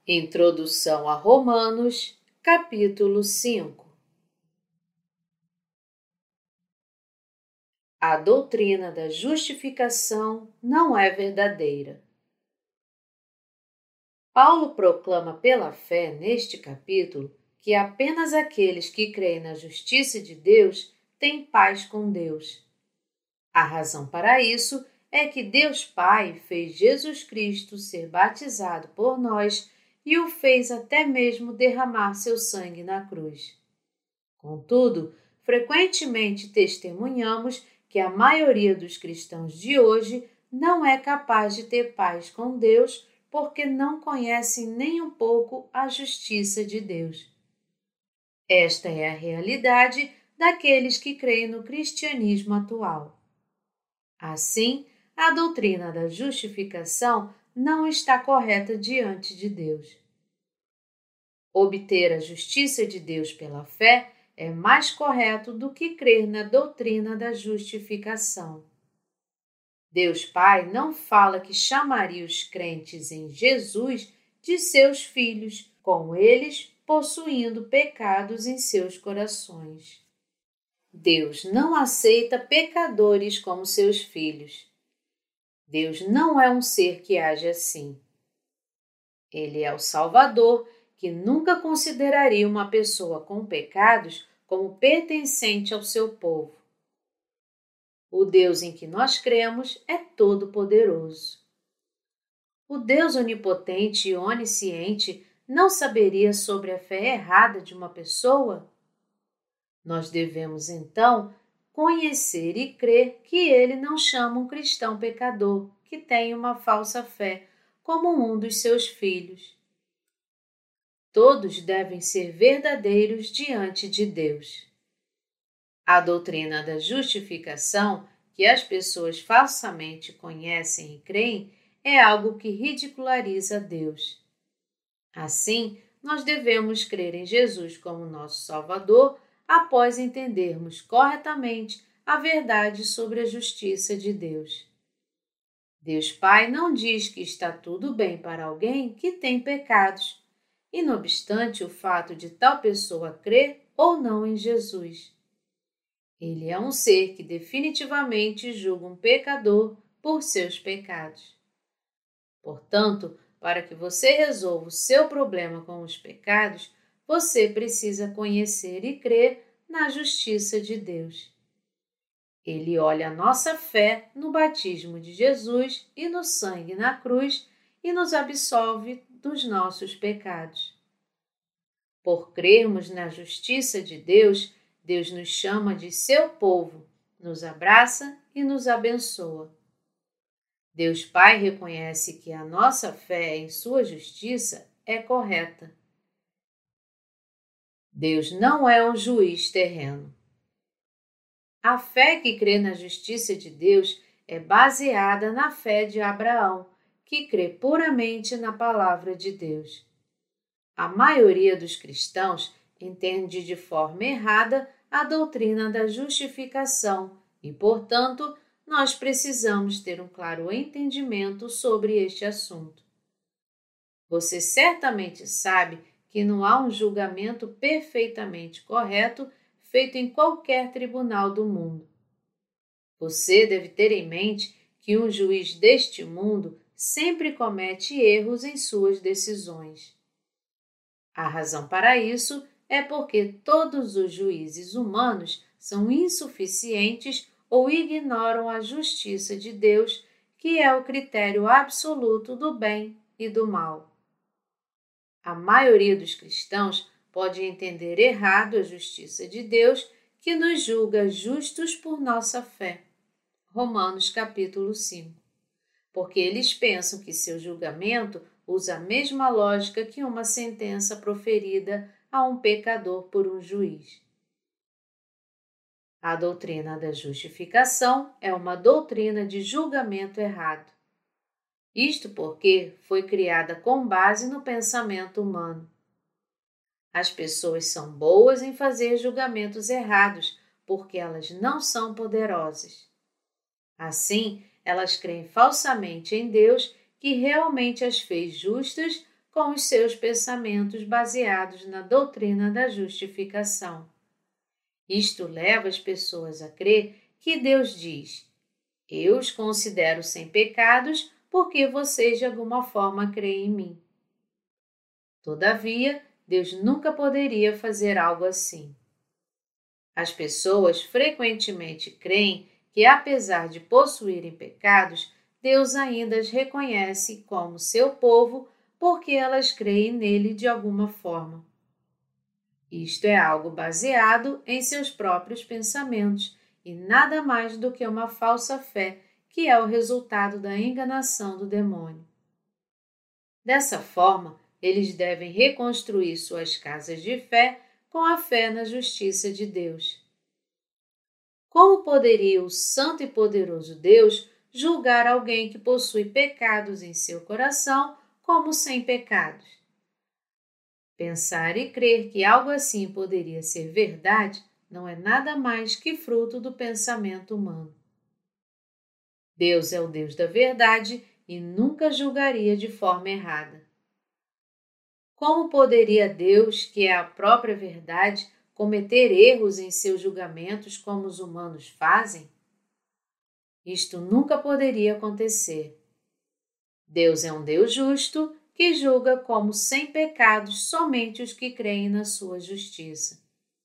Introdução a Romanos, capítulo 5. A doutrina da justificação não é verdadeira. Paulo proclama pela fé neste capítulo que apenas aqueles que creem na justiça de Deus têm paz com Deus. A razão para isso é que Deus Pai fez Jesus Cristo ser batizado por nós e o fez até mesmo derramar seu sangue na cruz. Contudo, frequentemente testemunhamos que a maioria dos cristãos de hoje não é capaz de ter paz com Deus porque não conhecem nem um pouco a justiça de Deus. Esta é a realidade daqueles que creem no cristianismo atual. Assim, a doutrina da justificação não está correta diante de Deus. Obter a justiça de Deus pela fé é mais correto do que crer na doutrina da justificação. Deus Pai não fala que chamaria os crentes em Jesus de seus filhos, com eles possuindo pecados em seus corações. Deus não aceita pecadores como seus filhos. Deus não é um ser que age assim. Ele é o Salvador, que nunca consideraria uma pessoa com pecados como pertencente ao seu povo. O Deus em que nós cremos é todo-poderoso. O Deus onipotente e onisciente não saberia sobre a fé errada de uma pessoa? Nós devemos, então, conhecer e crer que ele não chama um cristão pecador que tem uma falsa fé como um dos seus filhos. Todos devem ser verdadeiros diante de Deus. A doutrina da justificação, que as pessoas falsamente conhecem e creem, é algo que ridiculariza Deus. Assim, nós devemos crer em Jesus como nosso Salvador após entendermos corretamente a verdade sobre a justiça de Deus. Deus Pai não diz que está tudo bem para alguém que tem pecados, e não obstante o fato de tal pessoa crer ou não em Jesus. Ele é um ser que definitivamente julga um pecador por seus pecados. Portanto, para que você resolva o seu problema com os pecados, você precisa conhecer e crer na justiça de Deus. Ele olha a nossa fé no batismo de Jesus e no sangue na cruz e nos absolve dos nossos pecados. Por crermos na justiça de Deus, Deus nos chama de seu povo, nos abraça e nos abençoa. Deus Pai reconhece que a nossa fé em sua justiça é correta. Deus não é um juiz terreno. A fé que crê na justiça de Deus é baseada na fé de Abraão, que crê puramente na palavra de Deus. A maioria dos cristãos entende de forma errada a doutrina da justificação e, portanto, nós precisamos ter um claro entendimento sobre este assunto. Você certamente sabe que não há um julgamento perfeitamente correto feito em qualquer tribunal do mundo. Você deve ter em mente que um juiz deste mundo sempre comete erros em suas decisões. A razão para isso é porque todos os juízes humanos são insuficientes ou ignoram a justiça de Deus, que é o critério absoluto do bem e do mal. A maioria dos cristãos pode entender errado a justiça de Deus, que nos julga justos por nossa fé. Romanos capítulo 5. Porque eles pensam que seu julgamento usa a mesma lógica que uma sentença proferida a um pecador por um juiz. A doutrina da justificação é uma doutrina de julgamento errado. Isto porque foi criada com base no pensamento humano. As pessoas são boas em fazer julgamentos errados porque elas não são poderosas. Assim, elas creem falsamente em Deus, que realmente as fez justas com os seus pensamentos baseados na doutrina da justificação. Isto leva as pessoas a crer que Deus diz: eu os considero sem pecados porque vocês de alguma forma creem em mim. Todavia, Deus nunca poderia fazer algo assim. As pessoas frequentemente creem que, apesar de possuírem pecados, Deus ainda as reconhece como seu povo porque elas creem nele de alguma forma. Isto é algo baseado em seus próprios pensamentos e nada mais do que uma falsa fé, que é o resultado da enganação do demônio. Dessa forma, eles devem reconstruir suas casas de fé com a fé na justiça de Deus. Como poderia o santo e poderoso Deus julgar alguém que possui pecados em seu coração como sem pecados? Pensar e crer que algo assim poderia ser verdade não é nada mais que fruto do pensamento humano. Deus é o Deus da verdade e nunca julgaria de forma errada. Como poderia Deus, que é a própria verdade, cometer erros em seus julgamentos como os humanos fazem? Isto nunca poderia acontecer. Deus é um Deus justo que julga como sem pecados somente os que creem na sua justiça.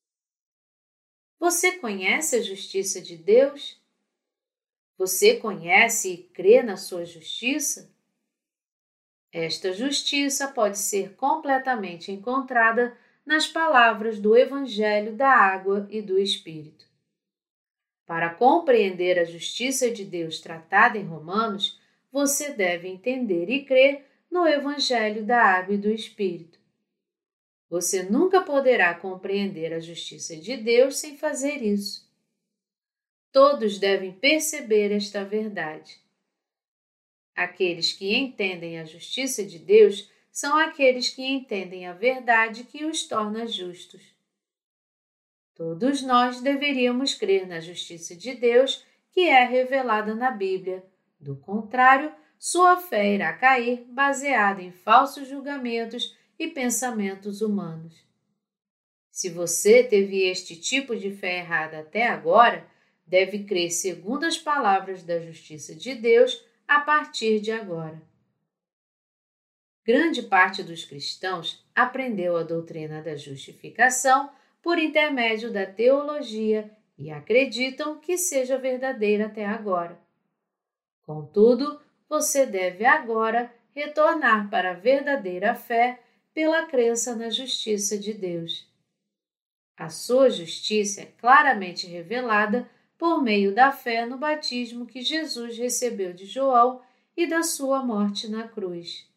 Você conhece a justiça de Deus? Você conhece e crê na sua justiça? Esta justiça pode ser completamente encontrada nas palavras do Evangelho da Água e do Espírito. Para compreender a justiça de Deus tratada em Romanos, você deve entender e crer no Evangelho da Água e do Espírito. Você nunca poderá compreender a justiça de Deus sem fazer isso. Todos devem perceber esta verdade. Aqueles que entendem a justiça de Deus são aqueles que entendem a verdade que os torna justos. Todos nós deveríamos crer na justiça de Deus que é revelada na Bíblia. Do contrário, sua fé irá cair baseada em falsos julgamentos e pensamentos humanos. Se você teve este tipo de fé errada até agora, deve crer segundo as palavras da justiça de Deus a partir de agora. Grande parte dos cristãos aprendeu a doutrina da justificação por intermédio da teologia e acreditam que seja verdadeira até agora. Contudo, você deve agora retornar para a verdadeira fé pela crença na justiça de Deus. A sua justiça é claramente revelada por meio da fé no batismo que Jesus recebeu de João e da sua morte na cruz.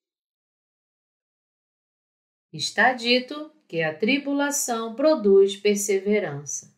Está dito que a tribulação produz perseverança.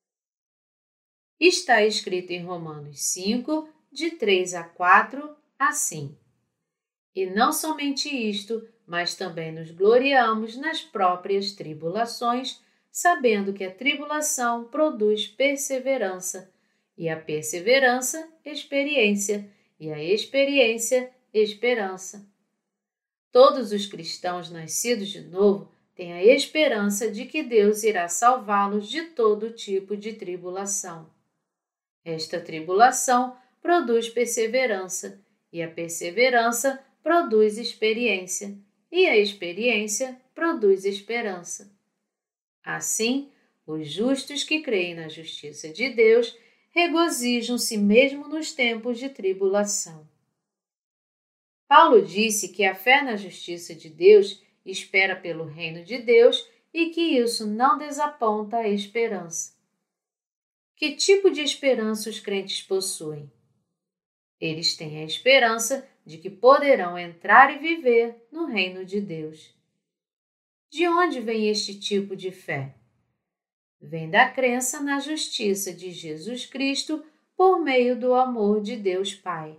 Está escrito em Romanos 5, de 3 a 4, assim: E não somente isto, mas também nos gloriamos nas próprias tribulações, sabendo que a tribulação produz perseverança, e a perseverança, experiência, e a experiência, esperança. Todos os cristãos nascidos de novo têm a esperança de que Deus irá salvá-los de todo tipo de tribulação. Esta tribulação produz perseverança, e a perseverança produz experiência, e a experiência produz esperança. Assim, os justos que creem na justiça de Deus regozijam-se mesmo nos tempos de tribulação. Paulo disse que a fé na justiça de Deus espera pelo reino de Deus e que isso não desaponta a esperança. Que tipo de esperança os crentes possuem? Eles têm a esperança de que poderão entrar e viver no reino de Deus. De onde vem este tipo de fé? Vem da crença na justiça de Jesus Cristo por meio do amor de Deus Pai.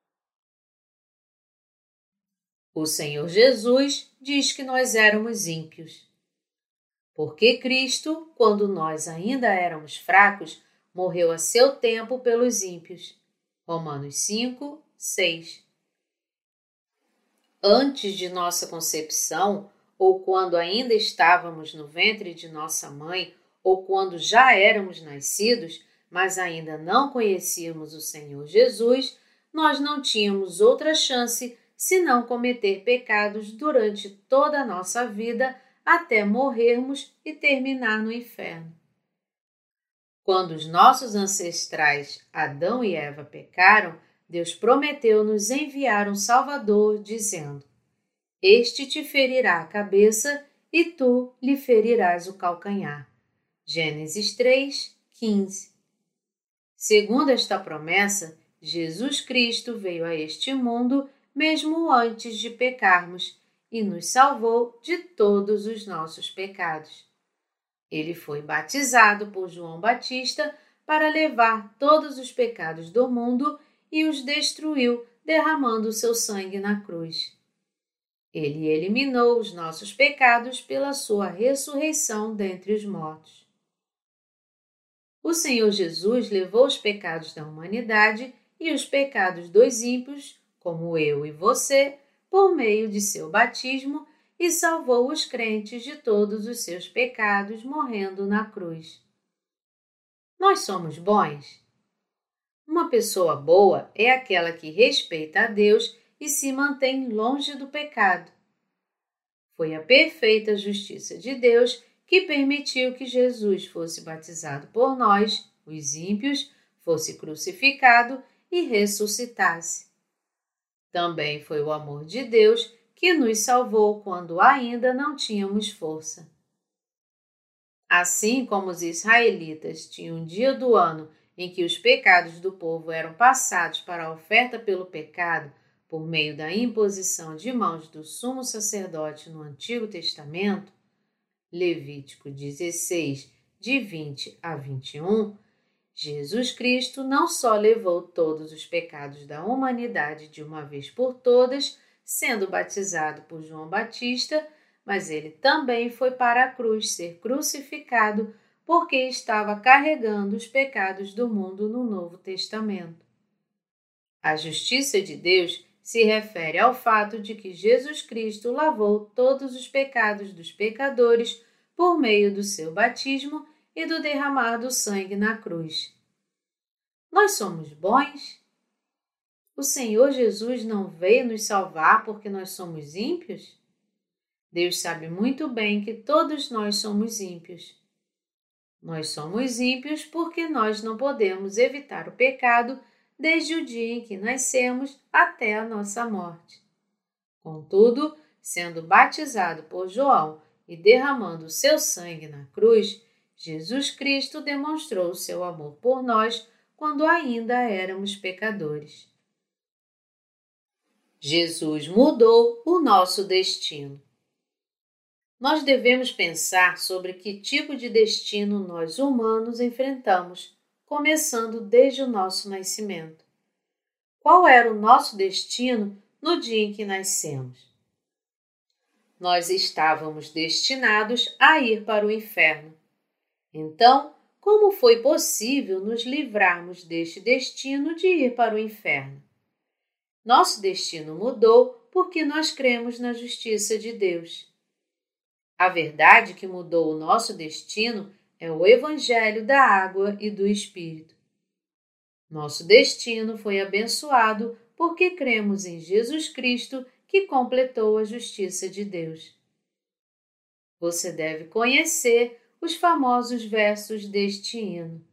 O Senhor Jesus diz que nós éramos ímpios. Porque Cristo, quando nós ainda éramos fracos, morreu a seu tempo pelos ímpios. Romanos 5, 6. Antes de nossa concepção, ou quando ainda estávamos no ventre de nossa mãe, ou quando já éramos nascidos, mas ainda não conhecíamos o Senhor Jesus, nós não tínhamos outra chance senão cometer pecados durante toda a nossa vida até morrermos e terminar no inferno. Quando os nossos ancestrais Adão e Eva pecaram, Deus prometeu nos enviar um Salvador, dizendo: Este te ferirá a cabeça e tu lhe ferirás o calcanhar. Gênesis 3, 15. Segundo esta promessa, Jesus Cristo veio a este mundo mesmo antes de pecarmos e nos salvou de todos os nossos pecados. Ele foi batizado por João Batista para levar todos os pecados do mundo e os destruiu, derramando seu sangue na cruz. Ele eliminou os nossos pecados pela sua ressurreição dentre os mortos. O Senhor Jesus levou os pecados da humanidade e os pecados dos ímpios, como eu e você, por meio de seu batismo e salvou os crentes de todos os seus pecados morrendo na cruz. Nós somos bons? Uma pessoa boa é aquela que respeita a Deus e se mantém longe do pecado. Foi a perfeita justiça de Deus que permitiu que Jesus fosse batizado por nós, os ímpios, fosse crucificado e ressuscitasse. Também foi o amor de Deus que nos salvou quando ainda não tínhamos força. Assim como os israelitas tinham um dia do ano em que os pecados do povo eram passados para a oferta pelo pecado por meio da imposição de mãos do sumo sacerdote no Antigo Testamento, Levítico 16, de 20 a 21, Jesus Cristo não só levou todos os pecados da humanidade de uma vez por todas, sendo batizado por João Batista, mas ele também foi para a cruz ser crucificado porque estava carregando os pecados do mundo no Novo Testamento. A justiça de Deus se refere ao fato de que Jesus Cristo lavou todos os pecados dos pecadores por meio do seu batismo e do derramar do sangue na cruz. Nós somos bons? O Senhor Jesus não veio nos salvar porque nós somos ímpios? Deus sabe muito bem que todos nós somos ímpios. Nós somos ímpios porque nós não podemos evitar o pecado desde o dia em que nascemos até a nossa morte. Contudo, sendo batizado por João e derramando seu sangue na cruz, Jesus Cristo demonstrou seu amor por nós quando ainda éramos pecadores. Jesus mudou o nosso destino. Nós devemos pensar sobre que tipo de destino nós humanos enfrentamos, começando desde o nosso nascimento. Qual era o nosso destino no dia em que nascemos? Nós estávamos destinados a ir para o inferno. Então, como foi possível nos livrarmos deste destino de ir para o inferno? Nosso destino mudou porque nós cremos na justiça de Deus. A verdade que mudou o nosso destino é o Evangelho da água e do Espírito. Nosso destino foi abençoado porque cremos em Jesus Cristo que completou a justiça de Deus. Você deve conhecer os famosos versos deste hino.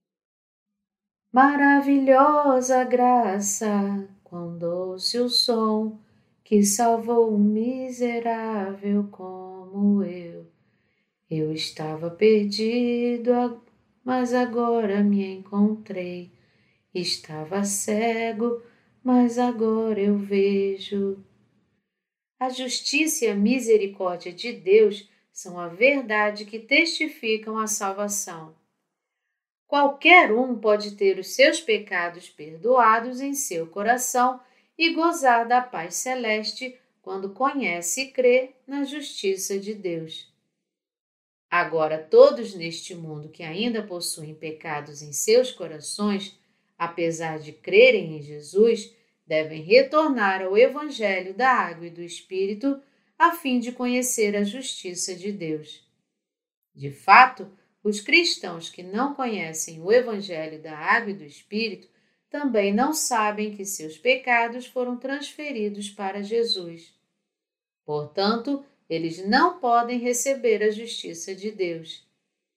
Maravilhosa graça, quão doce o som, que salvou um miserável como eu. Eu estava perdido, mas agora me encontrei. Estava cego, mas agora eu vejo. A justiça e a misericórdia de Deus são a verdade que testificam a salvação. Qualquer um pode ter os seus pecados perdoados em seu coração e gozar da paz celeste quando conhece e crê na justiça de Deus. Agora, todos neste mundo que ainda possuem pecados em seus corações, apesar de crerem em Jesus, devem retornar ao Evangelho da Água e do Espírito a fim de conhecer a justiça de Deus. De fato, os cristãos que não conhecem o Evangelho da Água e do Espírito também não sabem que seus pecados foram transferidos para Jesus. Portanto, eles não podem receber a justiça de Deus.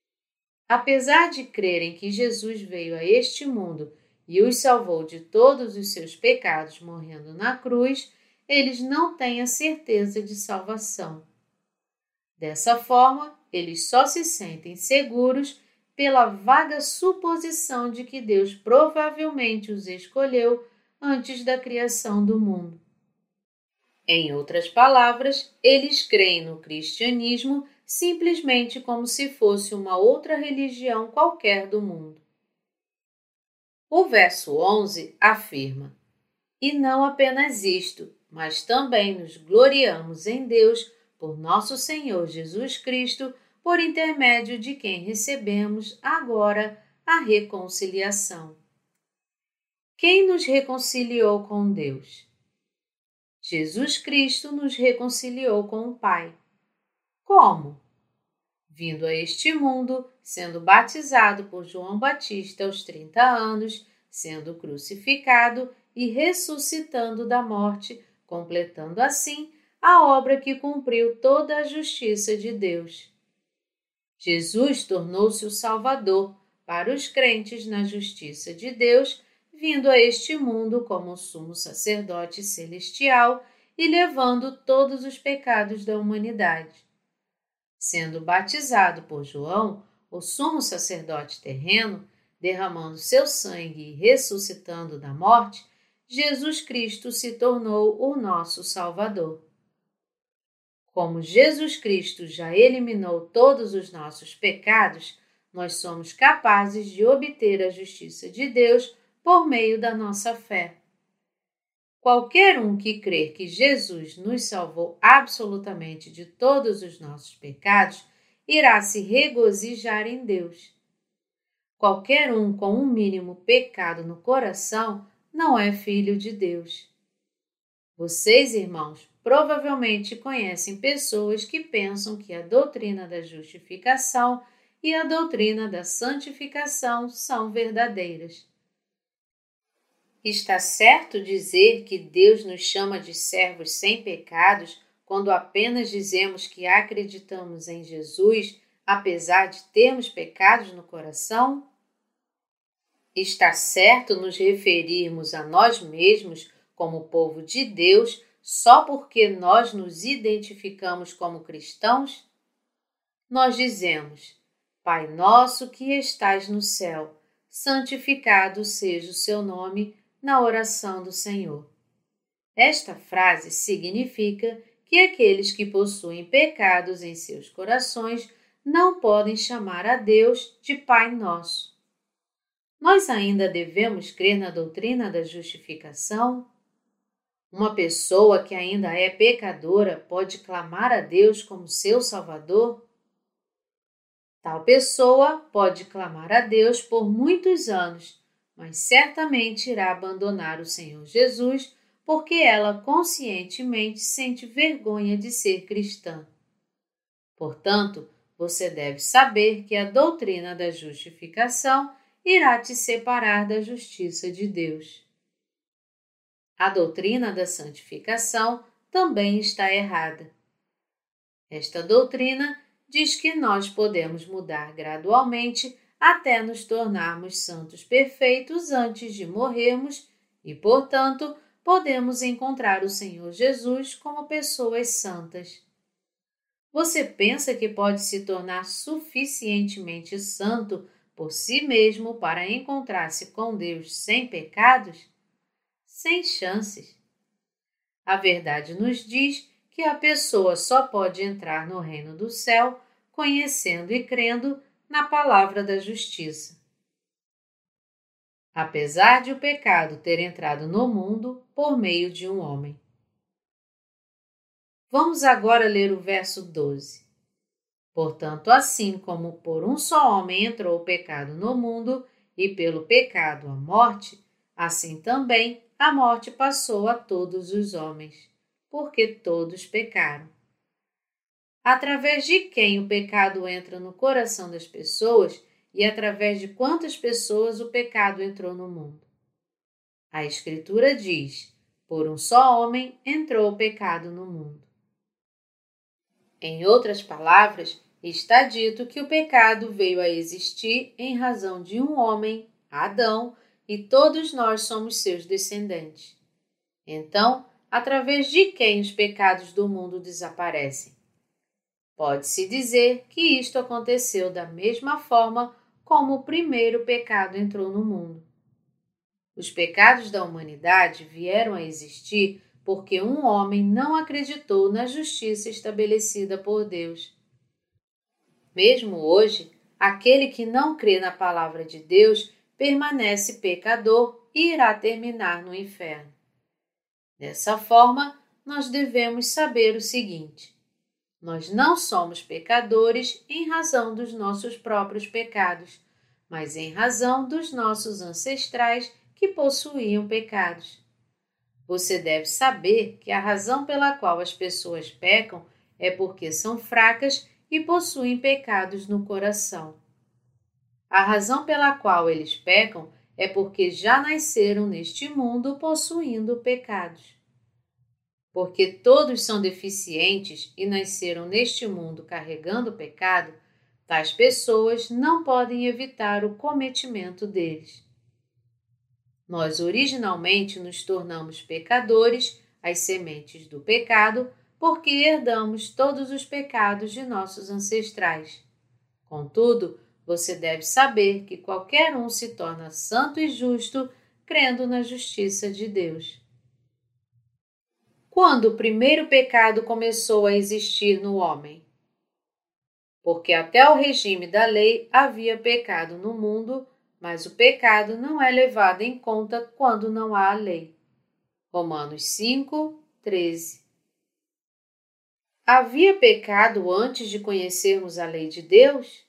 Apesar de crerem que Jesus veio a este mundo e os salvou de todos os seus pecados morrendo na cruz, eles não têm a certeza de salvação. Dessa forma, eles só se sentem seguros pela vaga suposição de que Deus provavelmente os escolheu antes da criação do mundo. Em outras palavras, eles creem no cristianismo simplesmente como se fosse uma outra religião qualquer do mundo. O verso 11 afirma: "E não apenas isto, mas também nos gloriamos em Deus por nosso Senhor Jesus Cristo, por intermédio de quem recebemos agora a reconciliação." Quem nos reconciliou com Deus? Jesus Cristo nos reconciliou com o Pai. Como? Vindo a este mundo, sendo batizado por João Batista aos 30 anos, sendo crucificado e ressuscitando da morte, completando assim a obra que cumpriu toda a justiça de Deus. Jesus tornou-se o Salvador para os crentes na justiça de Deus, vindo a este mundo como sumo sacerdote celestial e levando todos os pecados da humanidade. Sendo batizado por João, o sumo sacerdote terreno, derramando seu sangue e ressuscitando da morte, Jesus Cristo se tornou o nosso Salvador. Como Jesus Cristo já eliminou todos os nossos pecados, nós somos capazes de obter a justiça de Deus por meio da nossa fé. Qualquer um que crer que Jesus nos salvou absolutamente de todos os nossos pecados, irá se regozijar em Deus. Qualquer um com um mínimo pecado no coração não é filho de Deus. Vocês, irmãos, provavelmente conhecem pessoas que pensam que a doutrina da justificação e a doutrina da santificação são verdadeiras. Está certo dizer que Deus nos chama de servos sem pecados quando apenas dizemos que acreditamos em Jesus, apesar de termos pecados no coração? Está certo nos referirmos a nós mesmos como povo de Deus só porque nós nos identificamos como cristãos? Nós dizemos: Pai nosso que estais no céu, santificado seja o seu nome, na oração do Senhor. Esta frase significa que aqueles que possuem pecados em seus corações não podem chamar a Deus de Pai Nosso. Nós ainda devemos crer na doutrina da justificação? Uma pessoa que ainda é pecadora pode clamar a Deus como seu Salvador? Tal pessoa pode clamar a Deus por muitos anos, mas certamente irá abandonar o Senhor Jesus porque ela conscientemente sente vergonha de ser cristã. Portanto, você deve saber que a doutrina da justificação irá te separar da justiça de Deus. A doutrina da santificação também está errada. Esta doutrina diz que nós podemos mudar gradualmente até nos tornarmos santos perfeitos antes de morrermos e, portanto, podemos encontrar o Senhor Jesus como pessoas santas. Você pensa que pode se tornar suficientemente santo por si mesmo para encontrar-se com Deus sem pecados? Sem chances. A verdade nos diz que a pessoa só pode entrar no reino do céu conhecendo e crendo na palavra da justiça. Apesar de o pecado ter entrado no mundo por meio de um homem. Vamos agora ler o verso 12. Portanto, assim como por um só homem entrou o pecado no mundo, e pelo pecado a morte, assim também a morte passou a todos os homens, porque todos pecaram. Através de quem o pecado entra no coração das pessoas e através de quantas pessoas o pecado entrou no mundo? A Escritura diz: por um só homem entrou o pecado no mundo. Em outras palavras, está dito que o pecado veio a existir em razão de um homem, Adão, e todos nós somos seus descendentes. Então, através de quem os pecados do mundo desaparecem? Pode-se dizer que isto aconteceu da mesma forma como o primeiro pecado entrou no mundo. Os pecados da humanidade vieram a existir porque um homem não acreditou na justiça estabelecida por Deus. Mesmo hoje, aquele que não crê na palavra de Deus permanece pecador e irá terminar no inferno. Dessa forma, nós devemos saber o seguinte: nós não somos pecadores em razão dos nossos próprios pecados, mas em razão dos nossos ancestrais que possuíam pecados. Você deve saber que a razão pela qual as pessoas pecam é porque são fracas e possuem pecados no coração. A razão pela qual eles pecam é porque já nasceram neste mundo possuindo pecados. Porque todos são deficientes e nasceram neste mundo carregando pecado, tais pessoas não podem evitar o cometimento deles. Nós originalmente nos tornamos pecadores, as sementes do pecado, porque herdamos todos os pecados de nossos ancestrais. Contudo, você deve saber que qualquer um se torna santo e justo crendo na justiça de Deus. Quando o primeiro pecado começou a existir no homem? Porque até o regime da lei havia pecado no mundo, mas o pecado não é levado em conta quando não há a lei. Romanos 5, 13. Havia pecado antes de conhecermos a lei de Deus?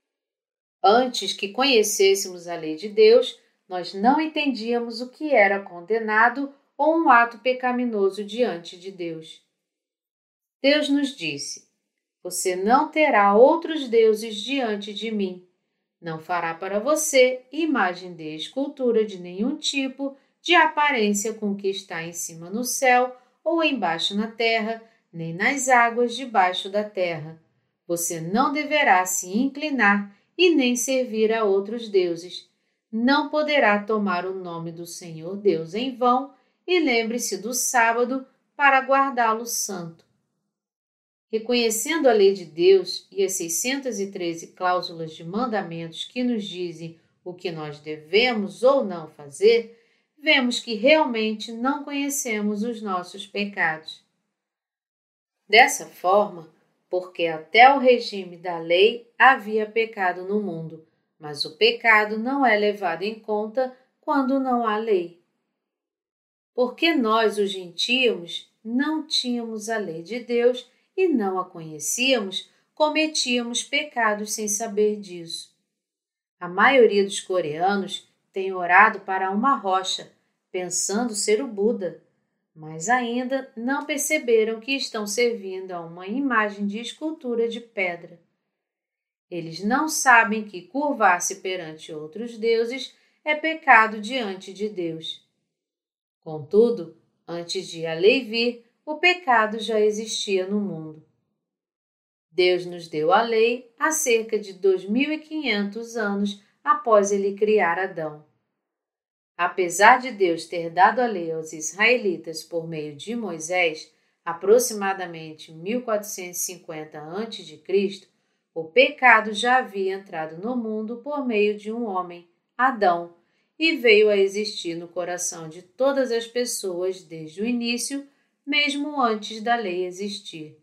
Antes que conhecêssemos a lei de Deus, nós não entendíamos o que era condenado ou um ato pecaminoso diante de Deus. Deus nos disse: você não terá outros deuses diante de mim. Não fará para você imagem de escultura de nenhum tipo, de aparência com que está em cima no céu ou embaixo na terra, nem nas águas debaixo da terra. Você não deverá se inclinar e nem servir a outros deuses. Não poderá tomar o nome do Senhor Deus em vão e lembre-se do sábado para guardá-lo santo. Reconhecendo a lei de Deus e as 613 cláusulas de mandamentos que nos dizem o que nós devemos ou não fazer, vemos que realmente não conhecemos os nossos pecados. Dessa forma, porque até o regime da lei havia pecado no mundo, mas o pecado não é levado em conta quando não há lei. Porque nós, os gentios, não tínhamos a lei de Deus e não a conhecíamos, cometíamos pecados sem saber disso. A maioria dos coreanos tem orado para uma rocha, pensando ser o Buda, mas ainda não perceberam que estão servindo a uma imagem de escultura de pedra. Eles não sabem que curvar-se perante outros deuses é pecado diante de Deus. Contudo, antes de a lei vir, o pecado já existia no mundo. Deus nos deu a lei há cerca de 2.500 anos após ele criar Adão. Apesar de Deus ter dado a lei aos israelitas por meio de Moisés, aproximadamente 1450 a.C., o pecado já havia entrado no mundo por meio de um homem, Adão, e veio a existir no coração de todas as pessoas desde o início, mesmo antes da lei existir.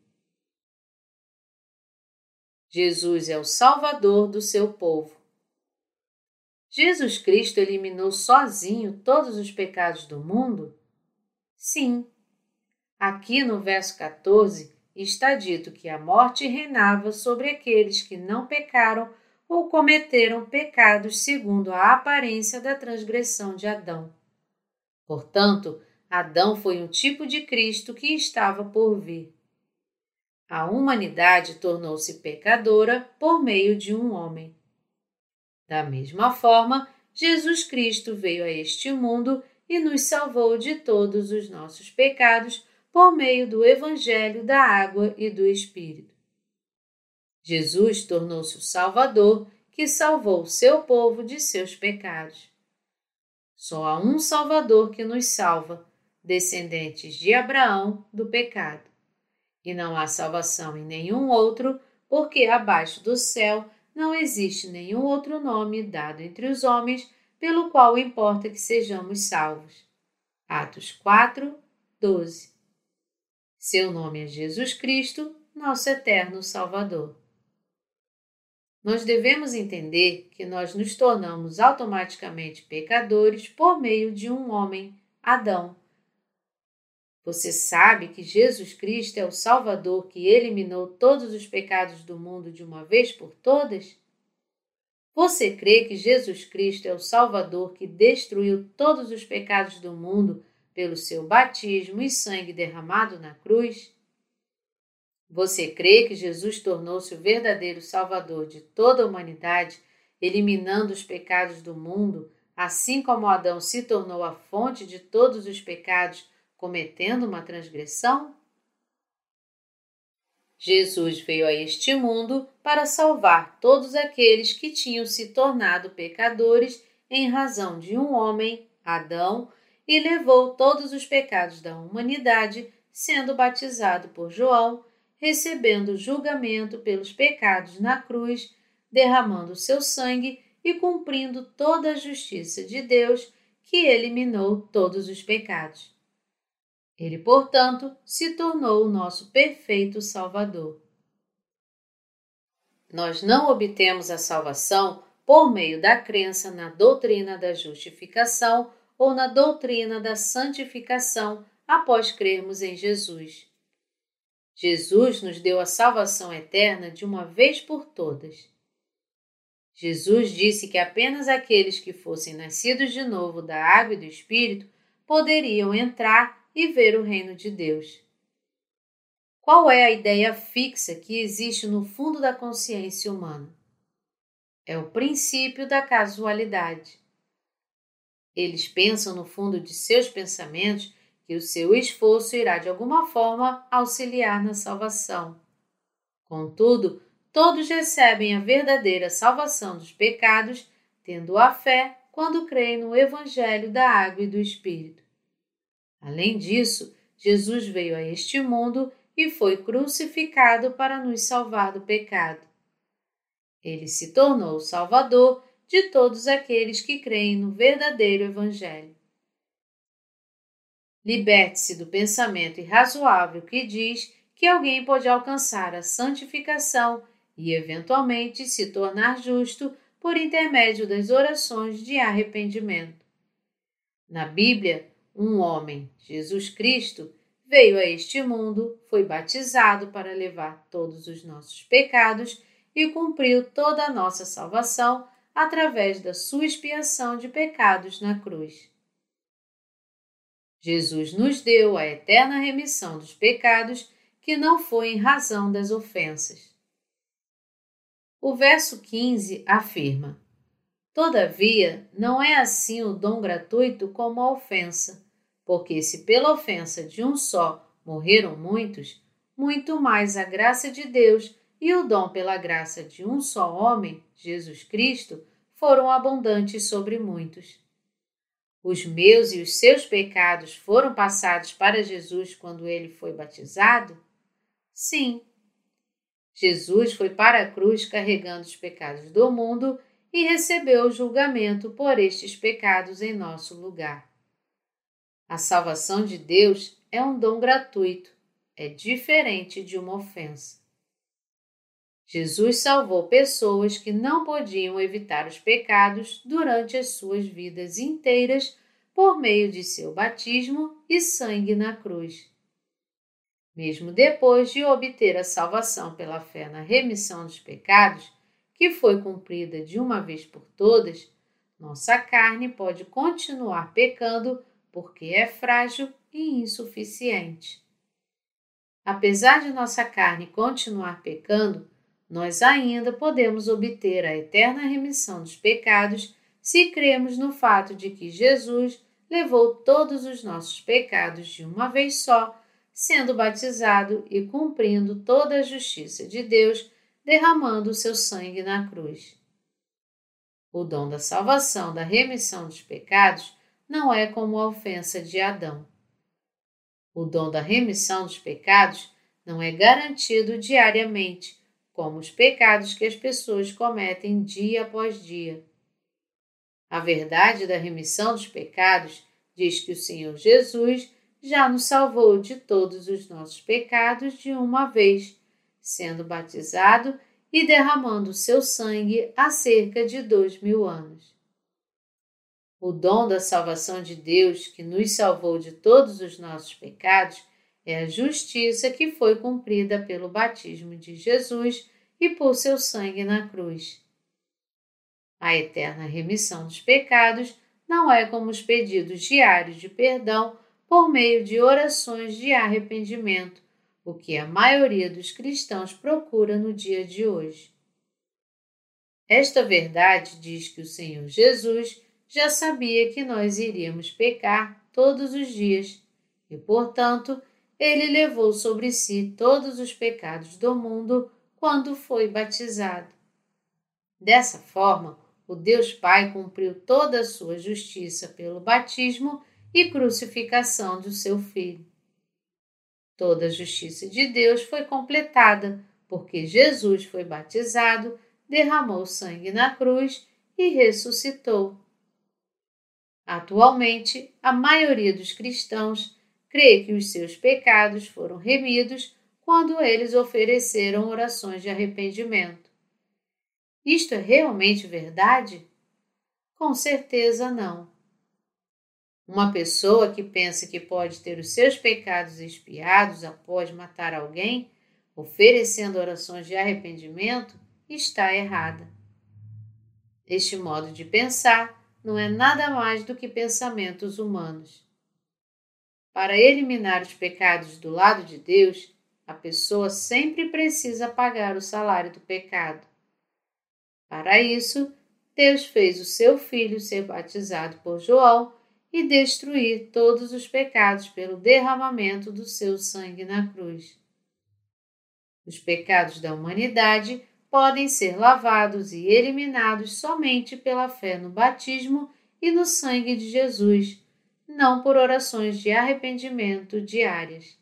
Jesus é o Salvador do seu povo. Jesus Cristo eliminou sozinho todos os pecados do mundo? Sim. Aqui no verso 14 está dito que a morte reinava sobre aqueles que não pecaram ou cometeram pecados segundo a aparência da transgressão de Adão. Portanto, Adão foi um tipo de Cristo que estava por vir. A humanidade tornou-se pecadora por meio de um homem. Da mesma forma, Jesus Cristo veio a este mundo e nos salvou de todos os nossos pecados por meio do Evangelho da Água e do Espírito. Jesus tornou-se o Salvador que salvou o seu povo de seus pecados. Só há um Salvador que nos salva, descendentes de Abraão, do pecado. E não há salvação em nenhum outro, porque abaixo do céu não existe nenhum outro nome dado entre os homens pelo qual importa que sejamos salvos. Atos 4, 12. Seu nome é Jesus Cristo, nosso eterno Salvador. Nós devemos entender que nós nos tornamos automaticamente pecadores por meio de um homem, Adão. Você sabe que Jesus Cristo é o Salvador que eliminou todos os pecados do mundo de uma vez por todas? Você crê que Jesus Cristo é o Salvador que destruiu todos os pecados do mundo pelo seu batismo e sangue derramado na cruz? Você crê que Jesus tornou-se o verdadeiro Salvador de toda a humanidade, eliminando os pecados do mundo, assim como Adão se tornou a fonte de todos os pecados, cometendo uma transgressão? Jesus veio a este mundo para salvar todos aqueles que tinham se tornado pecadores em razão de um homem, Adão, e levou todos os pecados da humanidade, sendo batizado por João, recebendo julgamento pelos pecados na cruz, derramando seu sangue e cumprindo toda a justiça de Deus, que eliminou todos os pecados. Ele, portanto, se tornou o nosso perfeito Salvador. Nós não obtemos a salvação por meio da crença na doutrina da justificação ou na doutrina da santificação após crermos em Jesus. Jesus nos deu a salvação eterna de uma vez por todas. Jesus disse que apenas aqueles que fossem nascidos de novo da água e do Espírito poderiam entrar e ver o reino de Deus. Qual é a ideia fixa que existe no fundo da consciência humana? É o princípio da casualidade. Eles pensam no fundo de seus pensamentos que o seu esforço irá de alguma forma auxiliar na salvação. Contudo, todos recebem a verdadeira salvação dos pecados, tendo a fé quando creem no Evangelho da Água e do Espírito. Além disso, Jesus veio a este mundo e foi crucificado para nos salvar do pecado. Ele se tornou o Salvador de todos aqueles que creem no verdadeiro Evangelho. Liberte-se do pensamento irrazoável que diz que alguém pode alcançar a santificação e, eventualmente, se tornar justo por intermédio das orações de arrependimento. Na Bíblia, um homem, Jesus Cristo, veio a este mundo, foi batizado para levar todos os nossos pecados e cumpriu toda a nossa salvação através da sua expiação de pecados na cruz. Jesus nos deu a eterna remissão dos pecados, que não foi em razão das ofensas. O verso 15 afirma: Todavia, não é assim o dom gratuito como a ofensa, porque se pela ofensa de um só morreram muitos, muito mais a graça de Deus e o dom pela graça de um só homem, Jesus Cristo, foram abundantes sobre muitos. Os meus e os seus pecados foram passados para Jesus quando ele foi batizado? Sim. Jesus foi para a cruz carregando os pecados do mundo e recebeu o julgamento por estes pecados em nosso lugar. A salvação de Deus é um dom gratuito, é diferente de uma ofensa. Jesus salvou pessoas que não podiam evitar os pecados durante as suas vidas inteiras por meio de seu batismo e sangue na cruz. Mesmo depois de obter a salvação pela fé na remissão dos pecados, que foi cumprida de uma vez por todas, nossa carne pode continuar pecando porque é frágil e insuficiente. Apesar de nossa carne continuar pecando, nós ainda podemos obter a eterna remissão dos pecados se cremos no fato de que Jesus levou todos os nossos pecados de uma vez só, sendo batizado e cumprindo toda a justiça de Deus, derramando o seu sangue na cruz. O dom da salvação, da remissão dos pecados, não é como a ofensa de Adão. O dom da remissão dos pecados não é garantido diariamente, como os pecados que as pessoas cometem dia após dia. A verdade da remissão dos pecados diz que o Senhor Jesus já nos salvou de todos os nossos pecados de uma vez, sendo batizado e derramando o seu sangue há cerca de 2000 anos. O dom da salvação de Deus, que nos salvou de todos os nossos pecados, é a justiça que foi cumprida pelo batismo de Jesus e por seu sangue na cruz. A eterna remissão dos pecados não é como os pedidos diários de perdão por meio de orações de arrependimento, o que a maioria dos cristãos procura no dia de hoje. Esta verdade diz que o Senhor Jesus já sabia que nós iríamos pecar todos os dias e, portanto, ele levou sobre si todos os pecados do mundo quando foi batizado. Dessa forma, o Deus Pai cumpriu toda a sua justiça pelo batismo e crucificação do seu Filho. Toda a justiça de Deus foi completada, porque Jesus foi batizado, derramou sangue na cruz e ressuscitou. Atualmente, a maioria dos cristãos crê que os seus pecados foram remidos quando eles ofereceram orações de arrependimento. Isto é realmente verdade? Com certeza não. Uma pessoa que pensa que pode ter os seus pecados expiados após matar alguém, oferecendo orações de arrependimento, está errada. Este modo de pensar não é nada mais do que pensamentos humanos. Para eliminar os pecados do lado de Deus, a pessoa sempre precisa pagar o salário do pecado. Para isso, Deus fez o seu Filho ser batizado por João e destruir todos os pecados pelo derramamento do seu sangue na cruz. Os pecados da humanidade podem ser lavados e eliminados somente pela fé no batismo e no sangue de Jesus, não por orações de arrependimento diárias.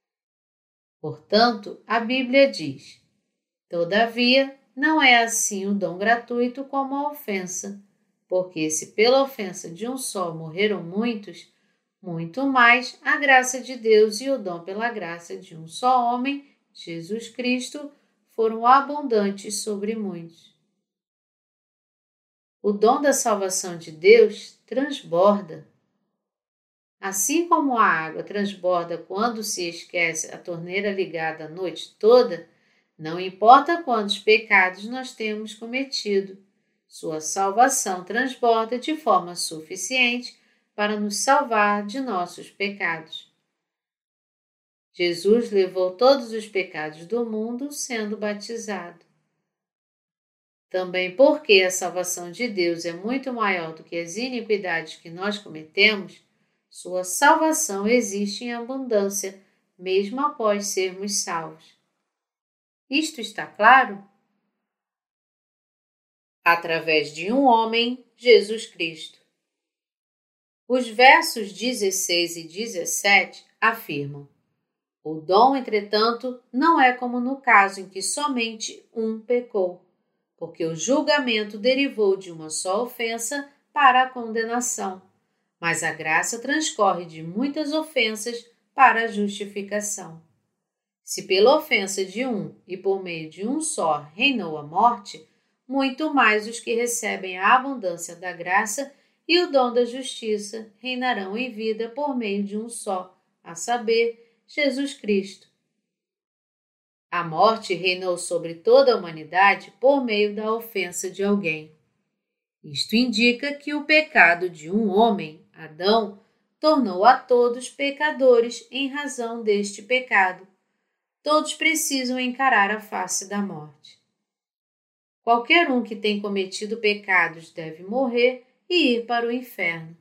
Portanto, a Bíblia diz: todavia, não é assim o dom gratuito como a ofensa, porque se pela ofensa de um só morreram muitos, muito mais a graça de Deus e o dom pela graça de um só homem, Jesus Cristo, foram abundantes sobre muitos. O dom da salvação de Deus transborda. Assim como a água transborda quando se esquece a torneira ligada a noite toda, não importa quantos pecados nós temos cometido, sua salvação transborda de forma suficiente para nos salvar de nossos pecados. Jesus levou todos os pecados do mundo sendo batizado. Também porque a salvação de Deus é muito maior do que as iniquidades que nós cometemos, sua salvação existe em abundância, mesmo após sermos salvos. Isto está claro? Através de um homem, Jesus Cristo. Os versos 16 e 17 afirmam: o dom, entretanto, não é como no caso em que somente um pecou, porque o julgamento derivou de uma só ofensa para a condenação, mas a graça transcorre de muitas ofensas para a justificação. Se pela ofensa de um e por meio de um só reinou a morte, muito mais os que recebem a abundância da graça e o dom da justiça reinarão em vida por meio de um só, a saber, Jesus Cristo. A morte reinou sobre toda a humanidade por meio da ofensa de alguém. Isto indica que o pecado de um homem, Adão, tornou a todos pecadores em razão deste pecado. Todos precisam encarar a face da morte. Qualquer um que tem cometido pecados deve morrer e ir para o inferno.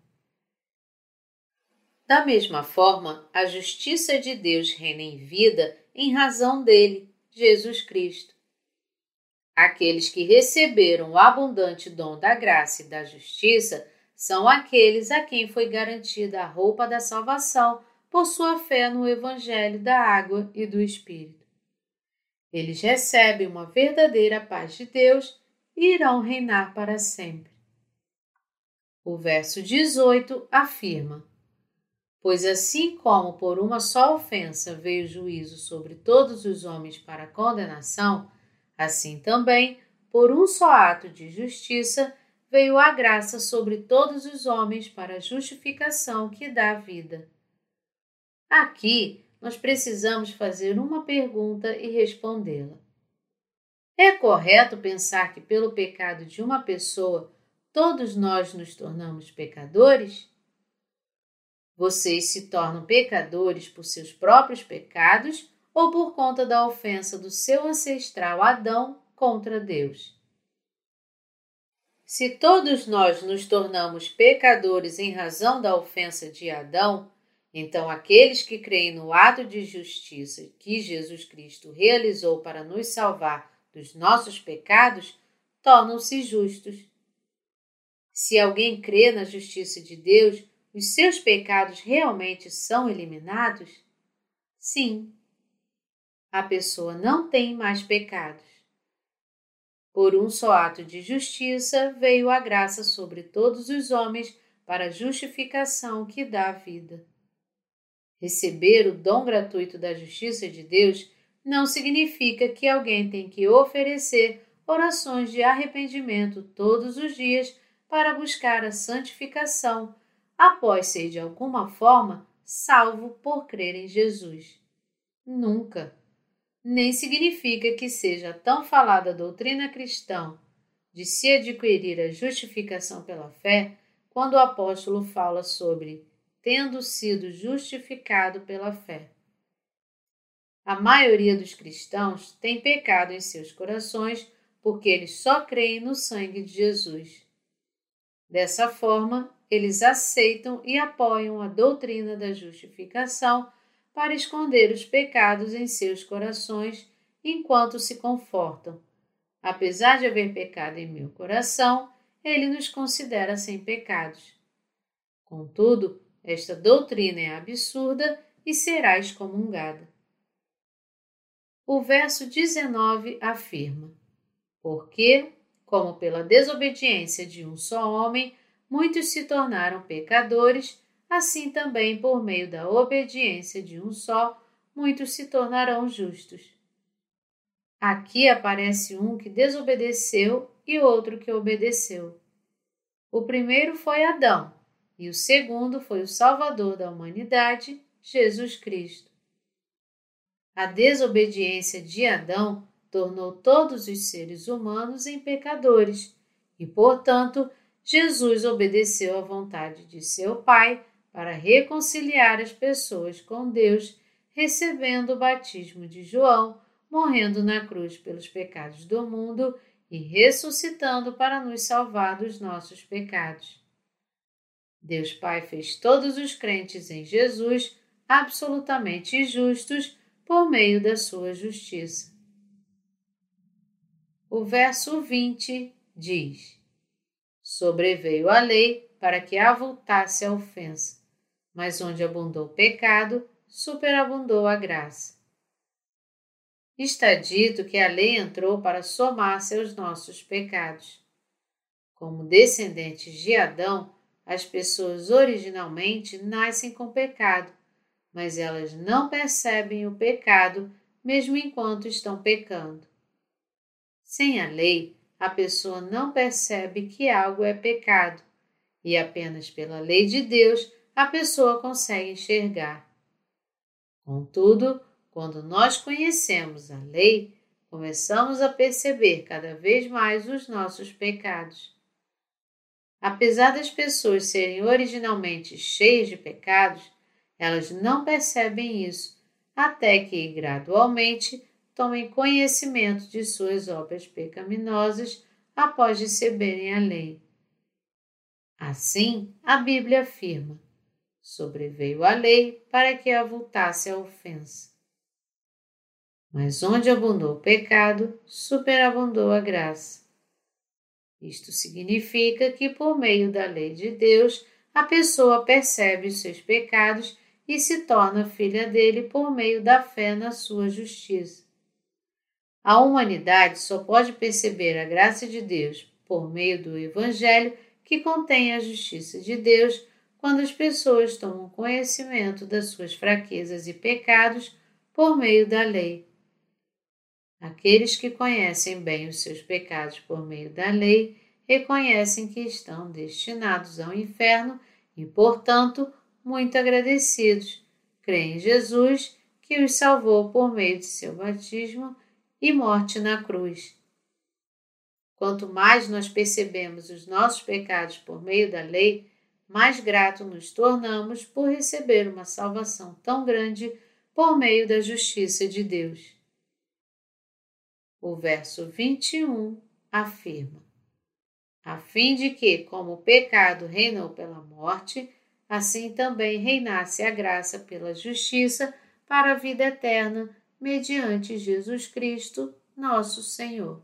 Da mesma forma, a justiça de Deus reina em vida em razão dele, Jesus Cristo. Aqueles que receberam o abundante dom da graça e da justiça são aqueles a quem foi garantida a roupa da salvação por sua fé no Evangelho da água e do Espírito. Eles recebem uma verdadeira paz de Deus e irão reinar para sempre. O verso 18 afirma: Pois assim como por uma só ofensa veio o juízo sobre todos os homens para condenação, assim também, por um só ato de justiça, veio a graça sobre todos os homens para a justificação que dá vida. Aqui, nós precisamos fazer uma pergunta e respondê-la. É correto pensar que pelo pecado de uma pessoa, todos nós nos tornamos pecadores? Vocês se tornam pecadores por seus próprios pecados ou por conta da ofensa do seu ancestral Adão contra Deus? Se todos nós nos tornamos pecadores em razão da ofensa de Adão, então aqueles que creem no ato de justiça que Jesus Cristo realizou para nos salvar dos nossos pecados, tornam-se justos. Se alguém crê na justiça de Deus, os seus pecados realmente são eliminados? Sim. A pessoa não tem mais pecados. Por um só ato de justiça veio a graça sobre todos os homens para a justificação que dá a vida. Receber o dom gratuito da justiça de Deus não significa que alguém tem que oferecer orações de arrependimento todos os dias para buscar a santificação, após ser de alguma forma salvo por crer em Jesus. Nunca. Nem significa que seja tão falada a doutrina cristã de se adquirir a justificação pela fé, quando o apóstolo fala sobre tendo sido justificado pela fé. A maioria dos cristãos tem pecado em seus corações porque eles só creem no sangue de Jesus. Dessa forma, eles aceitam e apoiam a doutrina da justificação para esconder os pecados em seus corações enquanto se confortam. Apesar de haver pecado em meu coração, ele nos considera sem pecados. Contudo, esta doutrina é absurda e será excomungada. O verso 19 afirma: Porque, como pela desobediência de um só homem, muitos se tornaram pecadores, assim também por meio da obediência de um só, muitos se tornarão justos. Aqui aparece um que desobedeceu e outro que obedeceu. O primeiro foi Adão, e o segundo foi o Salvador da humanidade, Jesus Cristo. A desobediência de Adão tornou todos os seres humanos em pecadores e, portanto, Jesus obedeceu à vontade de seu Pai para reconciliar as pessoas com Deus, recebendo o batismo de João, morrendo na cruz pelos pecados do mundo e ressuscitando para nos salvar dos nossos pecados. Deus Pai fez todos os crentes em Jesus absolutamente justos por meio da sua justiça. O verso 20 diz: Sobreveio a lei para que avultasse a ofensa, mas onde abundou o pecado, superabundou a graça. Está dito que a lei entrou para somar-se aos nossos pecados. Como descendentes de Adão, as pessoas originalmente nascem com pecado, mas elas não percebem o pecado mesmo enquanto estão pecando. Sem a lei, a pessoa não percebe que algo é pecado, e apenas pela lei de Deus a pessoa consegue enxergar. Contudo, quando nós conhecemos a lei, começamos a perceber cada vez mais os nossos pecados. Apesar das pessoas serem originalmente cheias de pecados, elas não percebem isso até que, gradualmente, tomem conhecimento de suas obras pecaminosas após receberem a lei. Assim, a Bíblia afirma: sobreveio a lei para que avultasse a ofensa. Mas onde abundou o pecado, superabundou a graça. Isto significa que, por meio da lei de Deus, a pessoa percebe os seus pecados e se torna filha dele por meio da fé na sua justiça. A humanidade só pode perceber a graça de Deus por meio do Evangelho, que contém a justiça de Deus, quando as pessoas tomam conhecimento das suas fraquezas e pecados por meio da lei. Aqueles que conhecem bem os seus pecados por meio da lei reconhecem que estão destinados ao inferno e, portanto, muito agradecidos, creem em Jesus, que os salvou por meio de seu batismo e morte na cruz. Quanto mais nós percebemos os nossos pecados por meio da lei, mais grato nos tornamos por receber uma salvação tão grande por meio da justiça de Deus. O verso 21 afirma: a fim de que, como o pecado reinou pela morte, assim também reinasse a graça pela justiça para a vida eterna, mediante Jesus Cristo, nosso Senhor.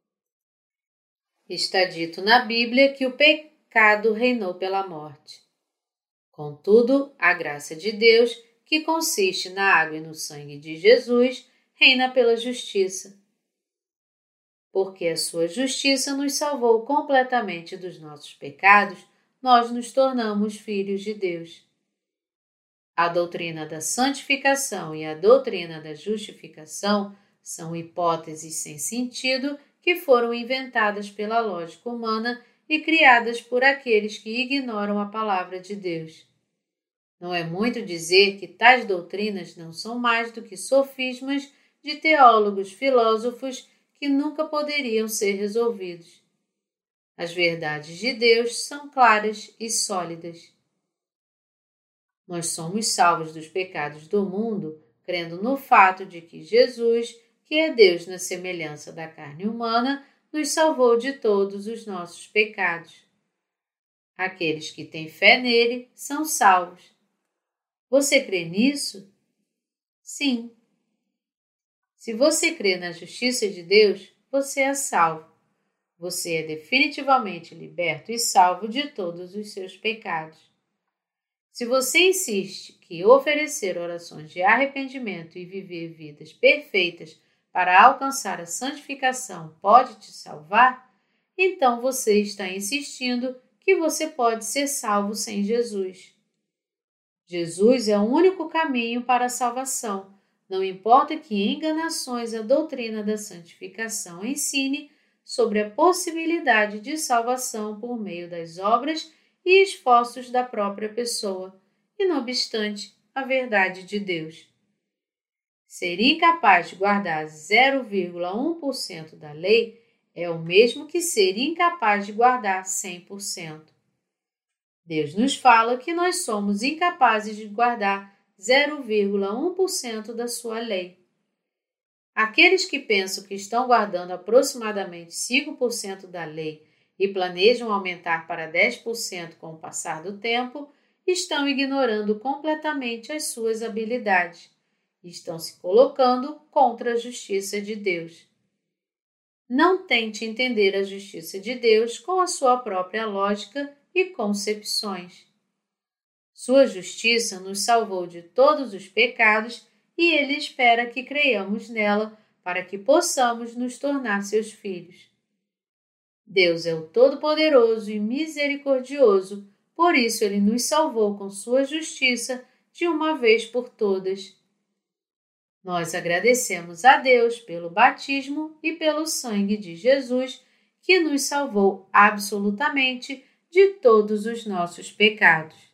Está dito na Bíblia que o pecado reinou pela morte. Contudo, a graça de Deus, que consiste na água e no sangue de Jesus, reina pela justiça. Porque a sua justiça nos salvou completamente dos nossos pecados, nós nos tornamos filhos de Deus. A doutrina da santificação e a doutrina da justificação são hipóteses sem sentido que foram inventadas pela lógica humana e criadas por aqueles que ignoram a palavra de Deus. Não é muito dizer que tais doutrinas não são mais do que sofismas de teólogos filósofos que nunca poderiam ser resolvidos. As verdades de Deus são claras e sólidas. Nós somos salvos dos pecados do mundo, crendo no fato de que Jesus, que é Deus na semelhança da carne humana, nos salvou de todos os nossos pecados. Aqueles que têm fé nele são salvos. Você crê nisso? Sim. Se você crê na justiça de Deus, você é salvo. Você é definitivamente liberto e salvo de todos os seus pecados. Se você insiste que oferecer orações de arrependimento e viver vidas perfeitas para alcançar a santificação pode te salvar, então você está insistindo que você pode ser salvo sem Jesus. Jesus é o único caminho para a salvação. Não importa que enganações a doutrina da santificação ensine sobre a possibilidade de salvação por meio das obras e esforços da própria pessoa, e não obstante a verdade de Deus. Ser incapaz de guardar 0,1% da lei é o mesmo que ser incapaz de guardar 100%. Deus nos fala que nós somos incapazes de guardar 0,1% da sua lei. Aqueles que pensam que estão guardando aproximadamente 5% da lei e planejam aumentar para 10% com o passar do tempo, estão ignorando completamente as suas habilidades e estão se colocando contra a justiça de Deus. Não tente entender a justiça de Deus com a sua própria lógica e concepções. Sua justiça nos salvou de todos os pecados e Ele espera que creiamos nela para que possamos nos tornar seus filhos. Deus é o Todo-Poderoso e Misericordioso, por isso Ele nos salvou com sua justiça de uma vez por todas. Nós agradecemos a Deus pelo batismo e pelo sangue de Jesus, que nos salvou absolutamente de todos os nossos pecados.